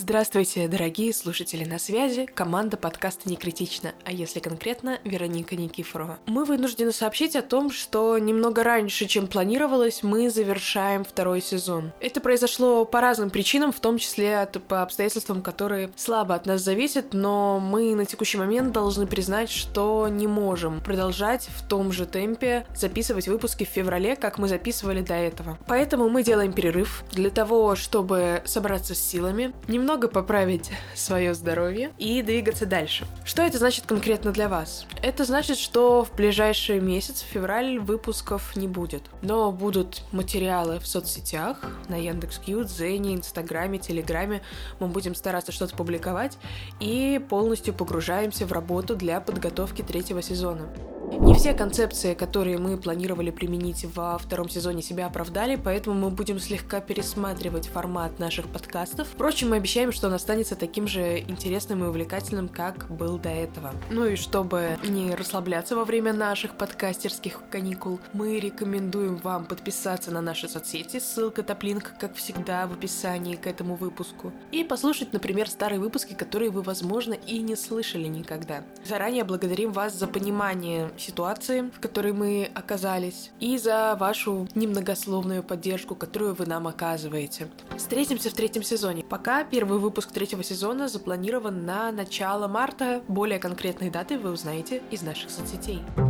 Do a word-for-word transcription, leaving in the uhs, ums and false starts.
Здравствуйте, дорогие слушатели, на связи команда подкаста «Некритично», а если конкретно, Вероника Никифорова. Мы вынуждены сообщить о том, что немного раньше, чем планировалось, мы завершаем второй сезон. Это произошло по разным причинам, в том числе от, по обстоятельствам, которые слабо от нас зависят, но мы на текущий момент должны признать, что не можем продолжать в том же темпе записывать выпуски в феврале, как мы записывали до этого. Поэтому мы делаем перерыв для того, чтобы собраться с силами, немного Немного поправить свое здоровье и двигаться дальше. Что это значит конкретно для вас? Это значит, что в ближайший месяц, в февраль, выпусков не будет. Но будут материалы в соцсетях, на Яндекс.Кью, Дзене, Инстаграме, Телеграме. Мы будем стараться что-то публиковать и полностью погружаемся в работу для подготовки третьего сезона. Не все концепции, которые мы планировали применить во втором сезоне, себя оправдали, поэтому мы будем слегка пересматривать формат наших подкастов. Впрочем, мы обещаем, что он останется таким же интересным и увлекательным, как был до этого. Ну и чтобы не расслабляться во время наших подкастерских каникул, мы рекомендуем вам подписаться на наши соцсети, ссылка топлинк, как всегда, в описании к этому выпуску, и послушать, например, старые выпуски, которые вы, возможно, и не слышали никогда. Заранее благодарим вас за понимание ситуации, в которой мы оказались, и за вашу немногословную поддержку, которую вы нам оказываете. Встретимся в третьем сезоне. Пока первый выпуск третьего сезона запланирован на начало марта. Более конкретные даты вы узнаете из наших соцсетей.